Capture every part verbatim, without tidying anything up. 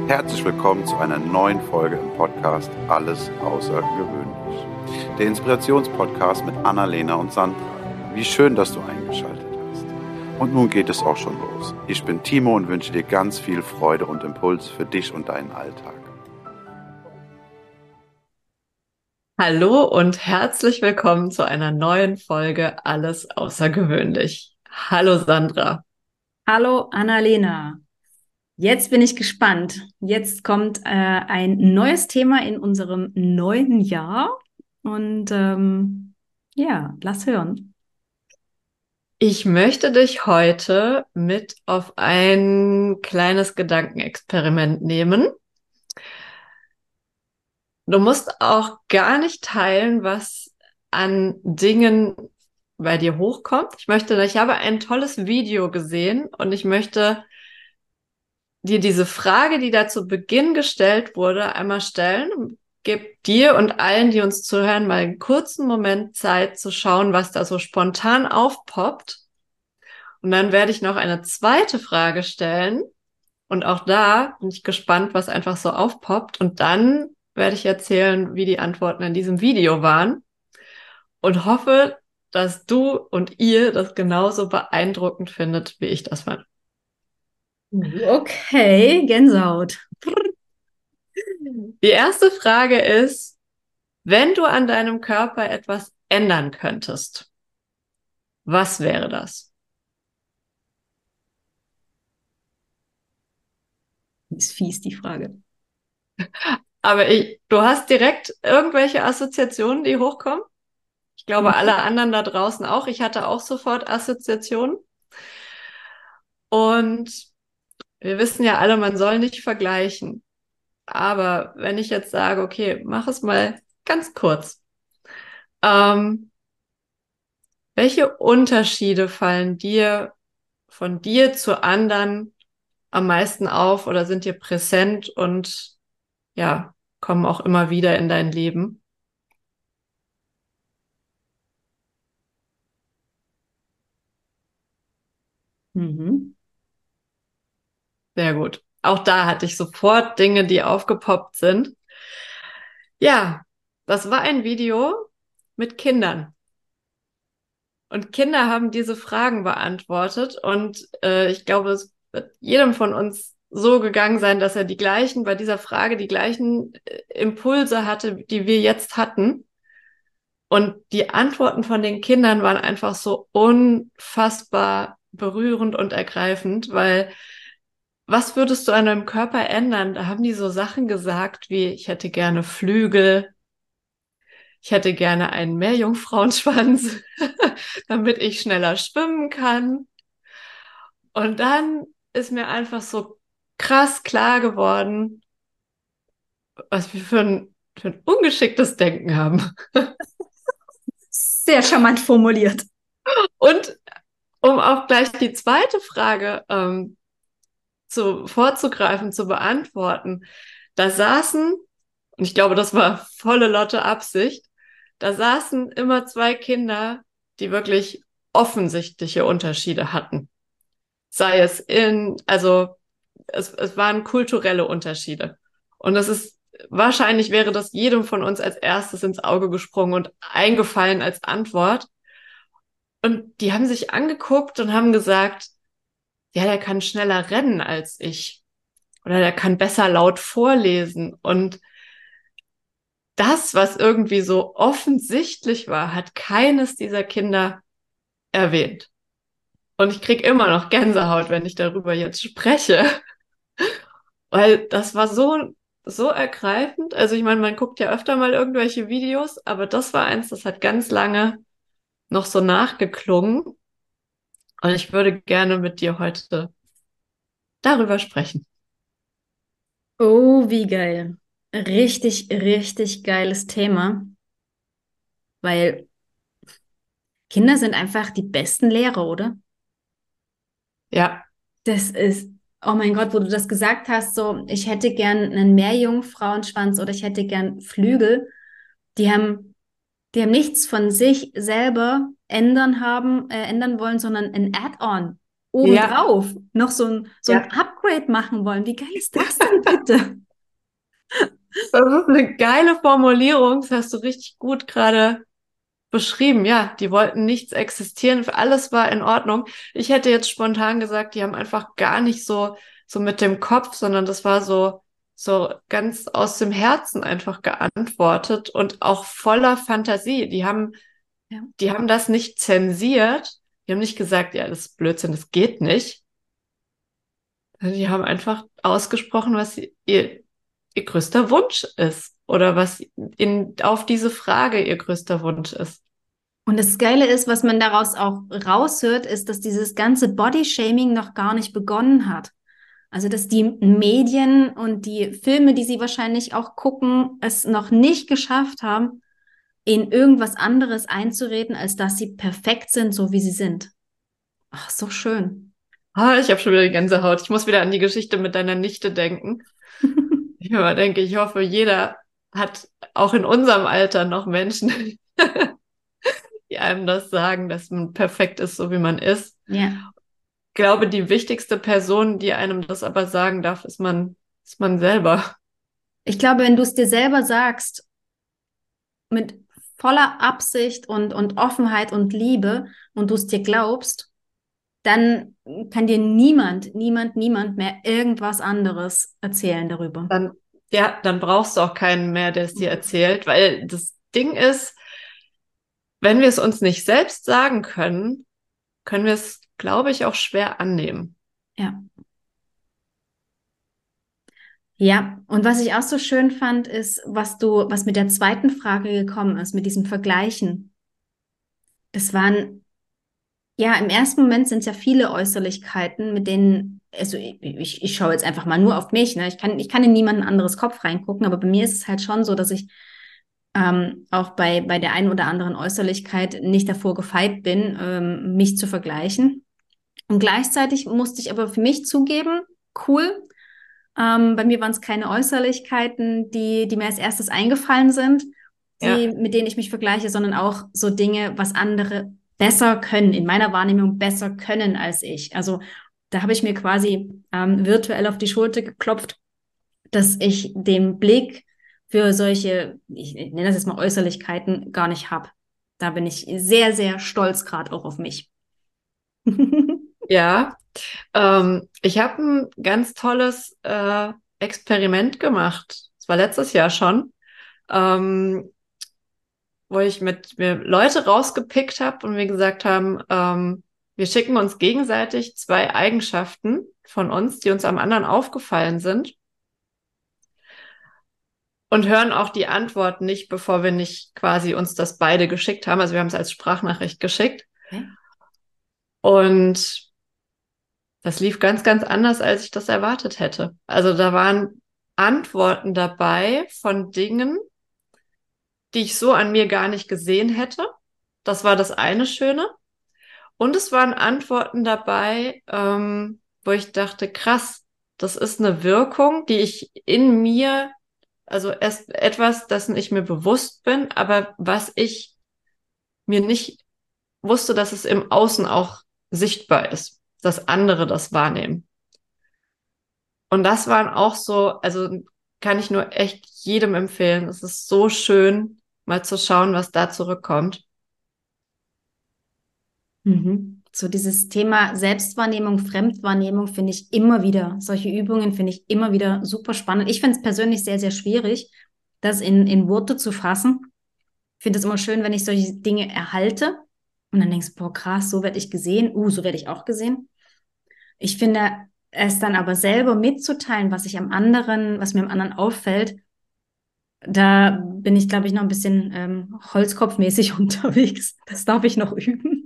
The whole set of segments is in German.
Herzlich willkommen zu einer neuen Folge im Podcast Alles außergewöhnlich. Der Inspirationspodcast mit Annalena und Sandra. Wie schön, dass du eingeschaltet hast. Und nun geht es auch schon los. Ich bin Timo und wünsche dir ganz viel Freude und Impuls für dich und deinen Alltag. Hallo und herzlich willkommen zu einer neuen Folge Alles außergewöhnlich. Hallo Sandra. Hallo Annalena, jetzt bin ich gespannt. Jetzt kommt äh, ein neues Thema in unserem neuen Jahr und ähm, ja, lass hören. Ich möchte dich heute mit auf ein kleines Gedankenexperiment nehmen. Du musst auch gar nicht teilen, was an Dingen bei dir hochkommt. Ich möchte, ich habe ein tolles Video gesehen und ich möchte dir diese Frage, die da zu Beginn gestellt wurde, einmal stellen. Gib dir und allen, die uns zuhören, mal einen kurzen Moment Zeit zu schauen, was da so spontan aufpoppt. Und dann werde ich noch eine zweite Frage stellen. Und auch da bin ich gespannt, was einfach so aufpoppt. Und dann werde ich erzählen, wie die Antworten in diesem Video waren. Und hoffe, dass du und ihr das genauso beeindruckend findet, wie ich das fand. Okay, Gänsehaut. Die erste Frage ist, wenn du an deinem Körper etwas ändern könntest, was wäre das? Ist fies, die Frage. Aber ich, du hast direkt irgendwelche Assoziationen, die hochkommen? Ich glaube, alle anderen da draußen auch. Ich hatte auch sofort Assoziationen. Und wir wissen ja alle, man soll nicht vergleichen. Aber wenn ich jetzt sage, okay, mach es mal ganz kurz. Ähm, welche Unterschiede fallen dir von dir zu anderen am meisten auf oder sind dir präsent und ja, kommen auch immer wieder in dein Leben? Mhm. Sehr gut. Auch da hatte ich sofort Dinge, die aufgepoppt sind. Ja, das war ein Video mit Kindern. Und Kinder haben diese Fragen beantwortet. Und äh, ich glaube, es wird jedem von uns so gegangen sein, dass er die gleichen, bei dieser Frage die gleichen äh, Impulse hatte, die wir jetzt hatten. Und die Antworten von den Kindern waren einfach so unfassbar berührend und ergreifend, weil was würdest du an deinem Körper ändern? Da haben die so Sachen gesagt wie, ich hätte gerne Flügel, ich hätte gerne einen Meerjungfrauenschwanz, damit ich schneller schwimmen kann. Und dann ist mir einfach so krass klar geworden, was wir für ein, für ein ungeschicktes Denken haben. Sehr charmant formuliert. Und um auch gleich die zweite Frage ähm, zu, vorzugreifen, zu beantworten, da saßen, und ich glaube, das war volle Lotte Absicht, da saßen immer zwei Kinder, die wirklich offensichtliche Unterschiede hatten. Sei es in, also es, es waren kulturelle Unterschiede. Und das ist, wahrscheinlich wäre das jedem von uns als erstes ins Auge gesprungen und eingefallen als Antwort. Und die haben sich angeguckt und haben gesagt, ja, der kann schneller rennen als ich. Oder der kann besser laut vorlesen. Und das, was irgendwie so offensichtlich war, hat keines dieser Kinder erwähnt. Und ich krieg immer noch Gänsehaut, wenn ich darüber jetzt spreche, weil das war so, so ergreifend. Also ich meine, man guckt ja öfter mal irgendwelche Videos, aber das war eins, das hat ganz lange noch so nachgeklungen. Und ich würde gerne mit dir heute darüber sprechen. Oh, wie geil. Richtig, richtig geiles Thema, weil Kinder sind einfach die besten Lehrer, oder? Ja, Das ist, oh mein Gott, wo du das gesagt hast, so, ich hätte gern einen Meerjungfrauenschwanz oder ich hätte gern Flügel. Die haben, die haben nichts von sich selber ändern haben, äh, ändern wollen, sondern ein Add-on ja, obendrauf. Noch so ein, so ein ja. Upgrade machen wollen. Wie geil ist das denn bitte? Das ist eine geile Formulierung, das hast du richtig gut gerade beschrieben. Ja, die wollten nichts existieren, alles war in Ordnung. Ich hätte jetzt spontan gesagt, die haben einfach gar nicht so, so mit dem Kopf, sondern das war so, so ganz aus dem Herzen einfach geantwortet und auch voller Fantasie. Die haben, Ja. die haben das nicht zensiert. Die haben nicht gesagt, ja, das ist Blödsinn, das geht nicht. Die haben einfach ausgesprochen, was ihr, ihr größter Wunsch ist oder was in, auf diese Frage ihr größter Wunsch ist. Und das Geile ist, was man daraus auch raushört, ist, dass dieses ganze Bodyshaming noch gar nicht begonnen hat. Also, dass die Medien und die Filme, die sie wahrscheinlich auch gucken, es noch nicht geschafft haben, in irgendwas anderes einzureden, als dass sie perfekt sind, so wie sie sind. Ach, so schön. Ah, ich habe schon wieder die Gänsehaut. Ich muss wieder an die Geschichte mit deiner Nichte denken. Ich immer denke, ich hoffe, jeder hat auch in unserem Alter noch Menschen, die einem das sagen, dass man perfekt ist, so wie man ist. Ja. Ich glaube, die wichtigste Person, die einem das aber sagen darf, ist man, ist man selber. Ich glaube, wenn du es dir selber sagst, mit voller Absicht und, und Offenheit und Liebe und du es dir glaubst, dann kann dir niemand, niemand, niemand mehr irgendwas anderes erzählen darüber. Dann, ja, dann brauchst du auch keinen mehr, der es dir erzählt, weil das Ding ist, wenn wir es uns nicht selbst sagen können, können wir es, glaube ich, auch schwer annehmen. Ja. Ja, und was ich auch so schön fand, ist, was du, was mit der zweiten Frage gekommen ist, mit diesem Vergleichen. Das waren, ja, im ersten Moment sind es ja viele Äußerlichkeiten, mit denen, also ich, ich, ich schaue jetzt einfach mal nur auf mich, ne? Ich kann, ich kann in niemanden anderes Kopf reingucken, aber bei mir ist es halt schon so, dass ich ähm, auch bei, bei der einen oder anderen Äußerlichkeit nicht davor gefeit bin, ähm, mich zu vergleichen. Und gleichzeitig musste ich aber für mich zugeben, cool. Ähm, bei mir waren es keine Äußerlichkeiten, die, die mir als erstes eingefallen sind, die, Ja, mit denen ich mich vergleiche, sondern auch so Dinge, was andere besser können, in meiner Wahrnehmung besser können als ich. Also da habe ich mir quasi ähm, virtuell auf die Schulter geklopft, dass ich den Blick für solche, ich nenne das jetzt mal Äußerlichkeiten, gar nicht habe. Da bin ich sehr, sehr stolz gerade auch auf mich. ja. Ähm, ich habe ein ganz tolles äh, Experiment gemacht. Das war letztes Jahr schon, ähm, wo ich mit mir Leute rausgepickt habe und wir gesagt haben, ähm, wir schicken uns gegenseitig zwei Eigenschaften von uns, die uns am anderen aufgefallen sind und hören auch die Antwort nicht, bevor wir nicht quasi uns das beide geschickt haben. Also wir haben es als Sprachnachricht geschickt. Okay. Und das lief ganz, ganz anders, als ich das erwartet hätte. Also da waren Antworten dabei von Dingen, die ich so an mir gar nicht gesehen hätte. Das war das eine Schöne. Und es waren Antworten dabei, ähm, wo ich dachte, krass, das ist eine Wirkung, die ich in mir, also erst etwas, dessen ich mir bewusst bin, aber was ich mir nicht wusste, dass es im Außen auch sichtbar ist, dass andere das wahrnehmen. Und das waren auch so, also kann ich nur echt jedem empfehlen. Es ist so schön, mal zu schauen, was da zurückkommt. Mhm. So dieses Thema Selbstwahrnehmung, Fremdwahrnehmung finde ich immer wieder, solche Übungen finde ich immer wieder super spannend. Ich finde es persönlich sehr, sehr schwierig, das in, in Worte zu fassen. Ich finde es immer schön, wenn ich solche Dinge erhalte und dann denkst, boah, krass, so werde ich gesehen, uh, so werde ich auch gesehen. Ich finde, es dann aber selber mitzuteilen, was ich am anderen, was mir am anderen auffällt, da bin ich, glaube ich, noch ein bisschen ähm, holzkopfmäßig unterwegs. Das darf ich noch üben.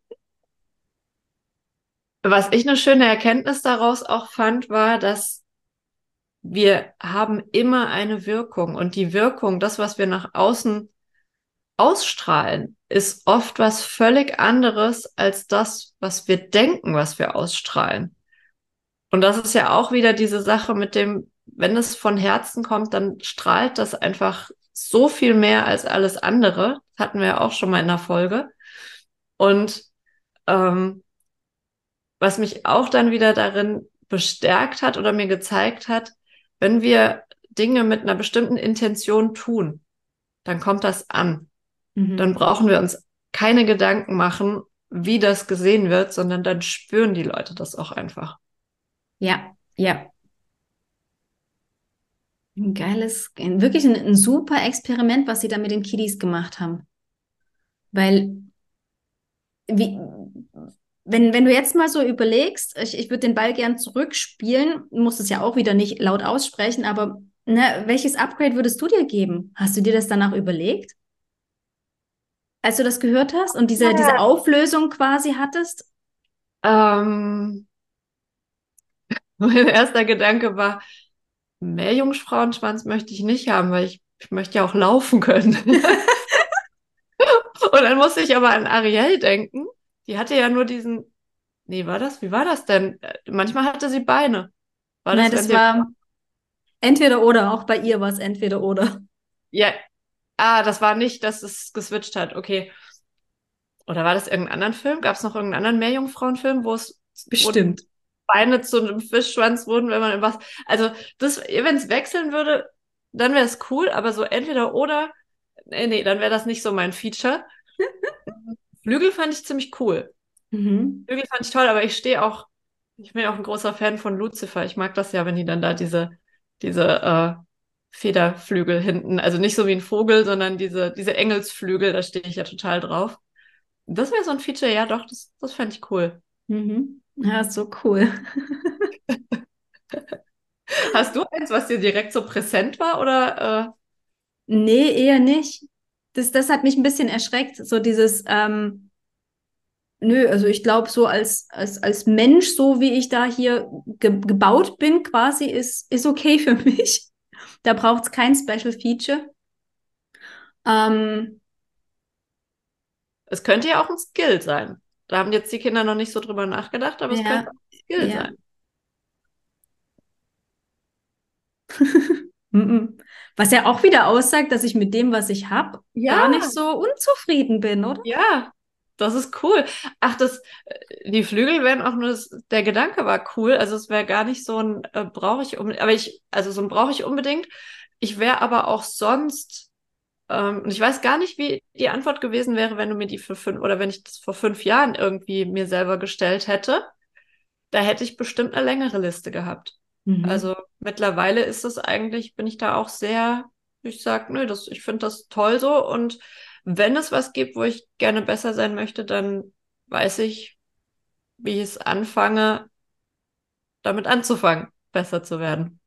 Was ich eine schöne Erkenntnis daraus auch fand, war, dass wir haben immer eine Wirkung und die Wirkung, das, was wir nach außen ausstrahlen, ist oft was völlig anderes als das, was wir denken, was wir ausstrahlen. Und das ist ja auch wieder diese Sache mit dem, wenn es von Herzen kommt, dann strahlt das einfach so viel mehr als alles andere. Das hatten wir ja auch schon mal in der Folge. Und ähm, was mich auch dann wieder darin bestärkt hat oder mir gezeigt hat, wenn wir Dinge mit einer bestimmten Intention tun, dann kommt das an. Mhm. Dann brauchen wir uns keine Gedanken machen, wie das gesehen wird, sondern dann spüren die Leute das auch einfach. Ja, ja. Ein geiles, ein, wirklich ein, ein super Experiment, was sie da mit den Kiddies gemacht haben. Weil, wie, wenn, wenn du jetzt mal so überlegst, ich, ich würde den Ball gern zurückspielen, muss es ja auch wieder nicht laut aussprechen, aber ne, welches Upgrade würdest du dir geben? Hast du dir das danach überlegt, als du das gehört hast und diese, diese Auflösung quasi hattest? Ähm, mein erster Gedanke war, mehr Jungfrauenschwanz möchte ich nicht haben, weil ich, ich möchte ja auch laufen können. Und dann musste ich aber an Ariel denken. Die hatte ja nur diesen, nee, war das? Wie war das denn? Äh, Manchmal hatte sie Beine. War Nein, das das entweder, war entweder oder, auch bei ihr war es entweder oder. ja, ah, das war nicht, dass es geswitcht hat. Okay. Oder war das irgendein anderen Film? Gab es noch irgendeinen anderen Meerjungfrauenfilm, wo es, wo die Bestimmt. Beine zu einem Fischschwanz wurden, wenn man im Wasser, also das, wenn es wechseln würde, dann wäre es cool, aber so entweder oder, nee, nee, dann wäre das nicht so mein Feature. Flügel fand ich ziemlich cool. Mhm. Flügel fand ich toll, aber ich stehe auch, ich bin auch ein großer Fan von Lucifer. Ich mag das ja, wenn die dann da diese, diese äh, Federflügel hinten, also nicht so wie ein Vogel, sondern diese, diese Engelsflügel, da stehe ich ja total drauf. Das wäre so ein Feature, ja doch, das, das fände ich cool. Mhm. Ja, so cool. Hast du eins, was dir direkt so präsent war oder? Nee, eher nicht. Das, das hat mich ein bisschen erschreckt, so dieses, ähm, nö, also ich glaube, so als, als, als Mensch, so wie ich da hier ge gebaut bin, quasi, ist, ist okay für mich. Da braucht es kein Special Feature. Ähm, Es könnte ja auch ein Skill sein. Da haben jetzt die Kinder noch nicht so drüber nachgedacht, aber es könnte ja, auch ein Skill ja. sein. Mhm. Was ja auch wieder aussagt, dass ich mit dem, was ich habe, gar nicht Ja, so unzufrieden bin, oder? ja, das ist cool. Ach, das, äh, die Flügel wären auch nur, das, der Gedanke war cool. Also es wäre gar nicht so ein, äh, brauche ich unbedingt, aber ich, also so ein brauche ich unbedingt. Ich wäre aber auch sonst, ähm, und ich weiß gar nicht, wie die Antwort gewesen wäre, wenn du mir die für fünf, oder wenn ich das vor fünf Jahren irgendwie mir selber gestellt hätte. Da hätte ich bestimmt eine längere Liste gehabt. Mhm. Also mittlerweile ist es eigentlich, bin ich da auch sehr, ich sag, nö, das, ich finde das toll so. Und wenn es was gibt, wo ich gerne besser sein möchte, dann weiß ich, wie ich es anfange, damit anzufangen, besser zu werden.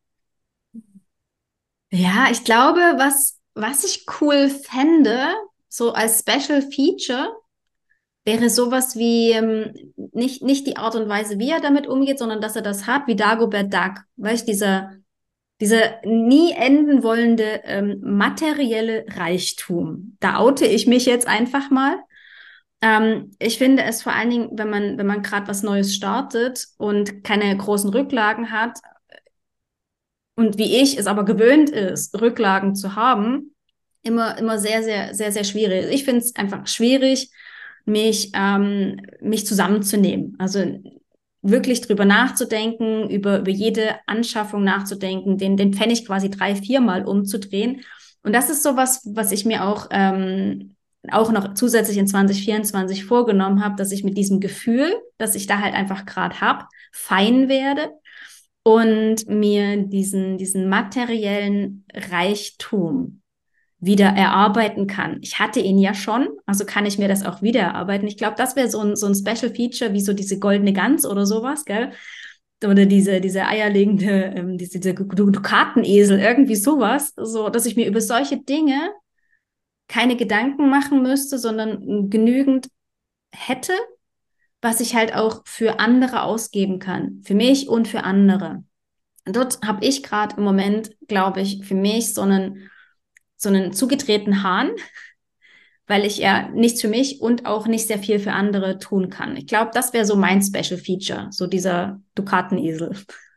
Ja, ich glaube, was, was ich cool fände, so als Special Feature, wäre sowas wie ähm, nicht, nicht die Art und Weise, wie er damit umgeht, sondern dass er das hat, wie Dagobert Duck. Weißt du, dieser, dieser nie enden wollende ähm, materielle Reichtum. Da oute ich mich jetzt einfach mal. Ähm, ich finde es vor allen Dingen, wenn man, wenn man gerade was Neues startet und keine großen Rücklagen hat und wie ich es aber gewöhnt ist, Rücklagen zu haben, immer, immer sehr, sehr, sehr, sehr schwierig. Ich finde es einfach schwierig, mich, ähm, mich zusammenzunehmen. Also wirklich drüber nachzudenken, über, über jede Anschaffung nachzudenken, den, den Pfennig quasi drei, viermal umzudrehen. Und das ist sowas, was ich mir auch, ähm, auch noch zusätzlich in zwanzig vierundzwanzig vorgenommen habe, dass ich mit diesem Gefühl, das ich da halt einfach gerade habe, fein werde und mir diesen, diesen materiellen Reichtum wieder erarbeiten kann. Ich hatte ihn ja schon, also kann ich mir das auch wieder erarbeiten. Ich glaube, das wäre so ein, so ein Special Feature wie so diese goldene Gans oder sowas, gell? Oder diese, diese eierlegende, ähm, diese, diese Dukatenesel, irgendwie sowas, so, dass ich mir über solche Dinge keine Gedanken machen müsste, sondern genügend hätte, was ich halt auch für andere ausgeben kann. Für mich und für andere. Und dort habe ich gerade im Moment, glaube ich, für mich so einen, so einen zugedrehten Hahn, weil ich ja nichts für mich und auch nicht sehr viel für andere tun kann. Ich glaube, das wäre so mein Special Feature, so dieser Dukatenesel.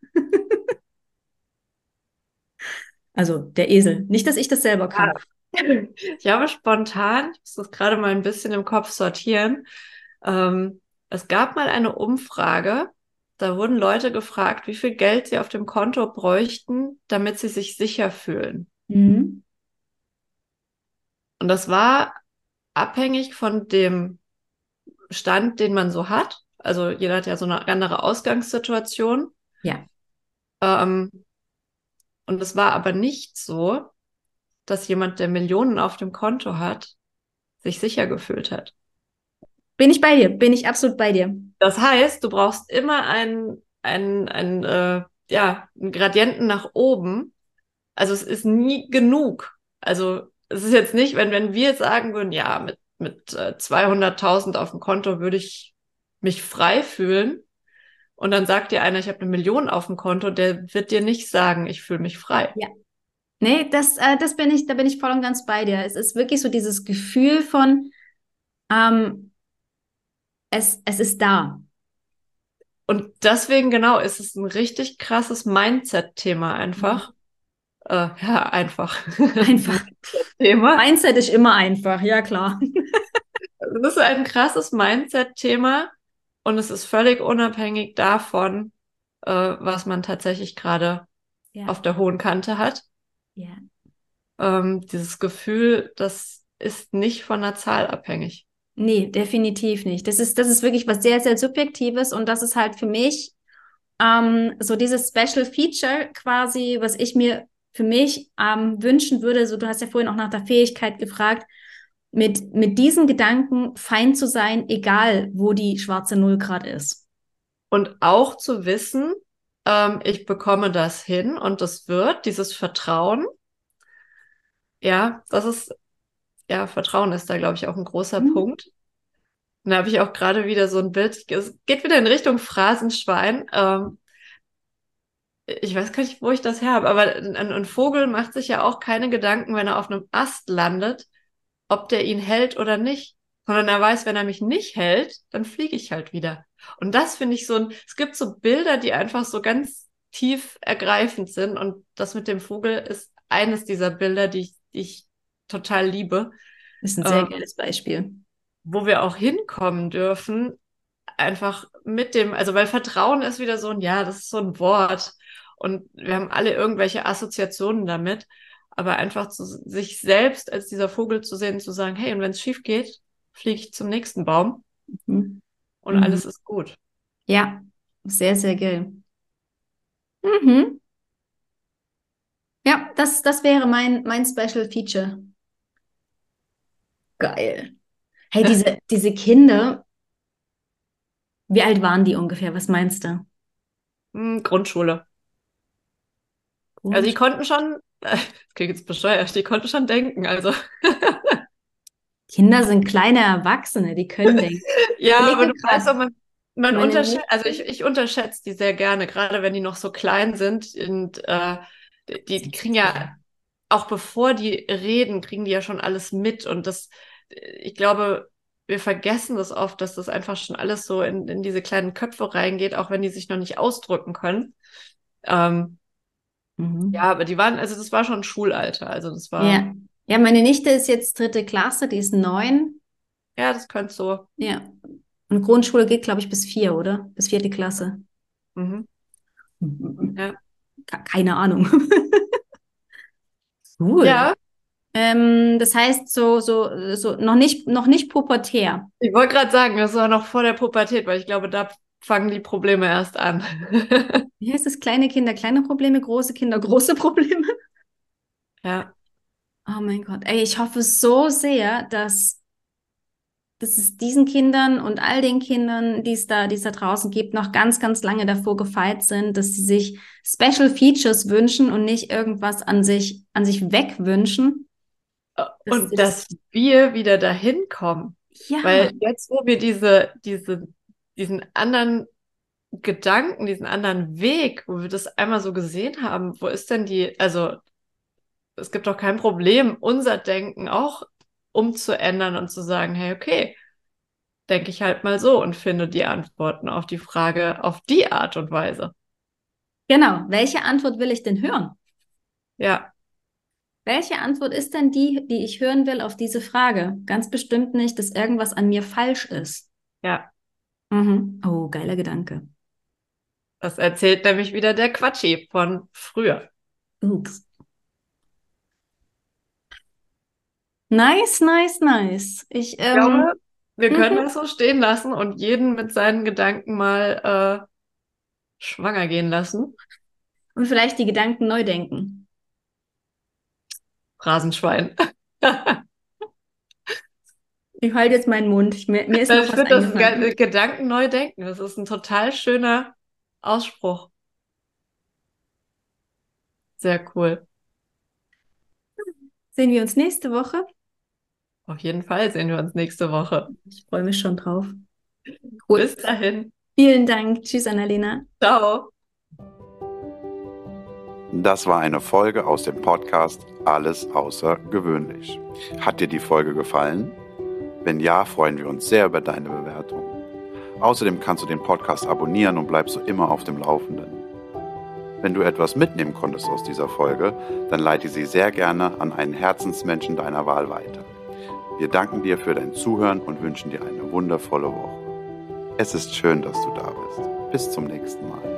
Also der Esel. Nicht, dass ich das selber Ja. kann. Ich habe spontan, ich muss das gerade mal ein bisschen im Kopf sortieren. Ähm, es gab mal eine Umfrage, Da wurden Leute gefragt, wie viel Geld sie auf dem Konto bräuchten, damit sie sich sicher fühlen. Mhm. Und das war abhängig von dem Stand, den man so hat. Also jeder hat ja so eine andere Ausgangssituation. Ja. Ähm, und es war aber nicht so, dass jemand, der Millionen auf dem Konto hat, sich sicher gefühlt hat. Bin ich bei dir, bin ich absolut bei dir. Das heißt, du brauchst immer einen, einen, einen, äh, ja, einen Gradienten nach oben. Also es ist nie genug. Also es ist jetzt nicht, wenn, wenn wir jetzt sagen würden, ja, mit, mit äh, zweihunderttausend auf dem Konto würde ich mich frei fühlen. Und dann sagt dir einer, ich habe eine Million auf dem Konto, der wird dir nicht sagen, ich fühle mich frei. Ja. Nee, das, äh, das bin ich, da bin ich voll und ganz bei dir. Es ist wirklich so dieses Gefühl von, ähm, es, es ist da. Und deswegen genau ist es ein richtig krasses Mindset-Thema Mhm. einfach. Äh, ja, einfach. Einfach. Thema. Mindset ist immer einfach, ja klar. Das ist ein krasses Mindset-Thema und es ist völlig unabhängig davon, äh, was man tatsächlich gerade Ja, auf der hohen Kante hat. ja. Ähm, dieses Gefühl, das ist nicht von der Zahl abhängig. Nee, definitiv nicht. Das ist, das ist wirklich was sehr, sehr Subjektives und das ist halt für mich ähm, so dieses Special Feature quasi, was ich mir für mich ähm, wünschen würde. So, du hast ja vorhin auch nach der Fähigkeit gefragt, mit, mit diesen Gedanken fein zu sein, egal wo die schwarze Null gerade ist. Und auch zu wissen, ähm, ich bekomme das hin und das wird, dieses Vertrauen, ja, das ist, ja, Vertrauen ist da, glaube ich, auch ein großer Mhm. Punkt. Und da habe ich auch gerade wieder so ein Bild, es geht wieder in Richtung Phrasenschwein. Ähm, ich weiß gar nicht, wo ich das her habe, aber ein, ein Vogel macht sich ja auch keine Gedanken, wenn er auf einem Ast landet, ob der ihn hält oder nicht, sondern er weiß, wenn er mich nicht hält, dann fliege ich halt wieder. Und das finde ich so ein, es gibt so Bilder, die einfach so ganz tief ergreifend sind und das mit dem Vogel ist eines dieser Bilder, die ich, die ich total liebe, Ist ein sehr ähm, geiles Beispiel. wo wir auch hinkommen dürfen, einfach mit dem, also weil Vertrauen ist wieder so ein, ja, das ist so ein Wort und wir haben alle irgendwelche Assoziationen damit, aber einfach zu sich selbst als dieser Vogel zu sehen, zu sagen, hey, und wenn es schief geht, fliege ich zum nächsten Baum Mhm. und Mhm. alles ist gut. Ja, sehr, sehr geil. Mhm. Ja, das, das wäre mein, mein Special Feature. Geil. Hey, diese, diese Kinder, wie alt waren die ungefähr? Was meinst du? Hm, Grundschule. Also die Gut. konnten schon, das klingt jetzt bescheuert, die konnten schon denken, also Kinder sind kleine Erwachsene, die können denken. Ich ja, aber überlege du weißt gerade, auch, man, man meine unterschätzt, also Nichte, ich, ich unterschätze die sehr gerne, gerade wenn die noch so klein sind und äh, die, die sind kriegen zu ja, klein. auch bevor die reden, kriegen die ja schon alles mit und das, ich glaube, wir vergessen das oft, dass das einfach schon alles so in, in diese kleinen Köpfe reingeht, auch wenn die sich noch nicht ausdrücken können. Ähm, ja, Mhm. aber die waren, also das war schon Schulalter, also das war, Ja. Ja, meine Nichte ist jetzt dritte Klasse, die ist neun. ja, das könnte so, Ja. Und Grundschule geht, glaube ich, bis vier, oder? Bis vierte Klasse. mhm, ja. Ke- Keine Ahnung. Cool. Ja, Ähm, das heißt, so, so, so noch nicht, noch nicht pubertär. ich wollte gerade sagen, das war noch vor der Pubertät, weil ich glaube, da fangen die Probleme erst an. Wie heißt es? Kleine Kinder, kleine Probleme, große Kinder, große Probleme. Ja, Oh mein Gott. Ey, ich hoffe so sehr, dass, dass es diesen Kindern und all den Kindern, die es da, die es da draußen gibt, noch ganz, ganz lange davor gefeit sind, dass sie sich Special Features wünschen und nicht irgendwas an sich, an sich wegwünschen. Dass sie und das, dass wir wieder dahin kommen. ja, Weil jetzt, wo wir diese, diese, diesen anderen Gedanken, diesen anderen Weg, wo wir das einmal so gesehen haben, wo ist denn die, also es gibt doch kein Problem, unser Denken auch umzuändern und zu sagen, hey, okay, denke ich halt mal so und finde die Antworten auf die Frage auf die Art und Weise. genau. Welche Antwort will ich denn hören? Ja, Welche Antwort ist denn die, die ich hören will auf diese Frage? Ganz bestimmt nicht, dass irgendwas an mir falsch ist. ja. Mhm. Oh, geiler Gedanke. Das erzählt nämlich wieder der Quatschi von früher. Ups. Nice, nice, nice. Ich, Ich ähm, glaube, wir können mhm. das so stehen lassen und jeden mit seinen Gedanken mal äh, schwanger gehen lassen. Und vielleicht die Gedanken neu denken. Phrasenschwein. Ich halte jetzt meinen Mund. Ich, mir, mir ist noch Ich was finde das eingefallen. geil, Gedanken neu denken. Das ist ein total schöner Ausspruch. Sehr cool. Sehen wir uns nächste Woche. Auf jeden Fall sehen wir uns nächste Woche. Ich freue mich schon drauf. Cool. Bis dahin. Vielen Dank. Tschüss, Annalena. Ciao. Das war eine Folge aus dem Podcast Alles außergewöhnlich. Hat dir die Folge gefallen? Wenn ja, freuen wir uns sehr über deine Bewertung. Außerdem kannst du den Podcast abonnieren und bleibst so immer auf dem Laufenden. Wenn du etwas mitnehmen konntest aus dieser Folge, dann leite sie sehr gerne an einen Herzensmenschen deiner Wahl weiter. Wir danken dir für dein Zuhören und wünschen dir eine wundervolle Woche. Es ist schön, dass du da bist. Bis zum nächsten Mal.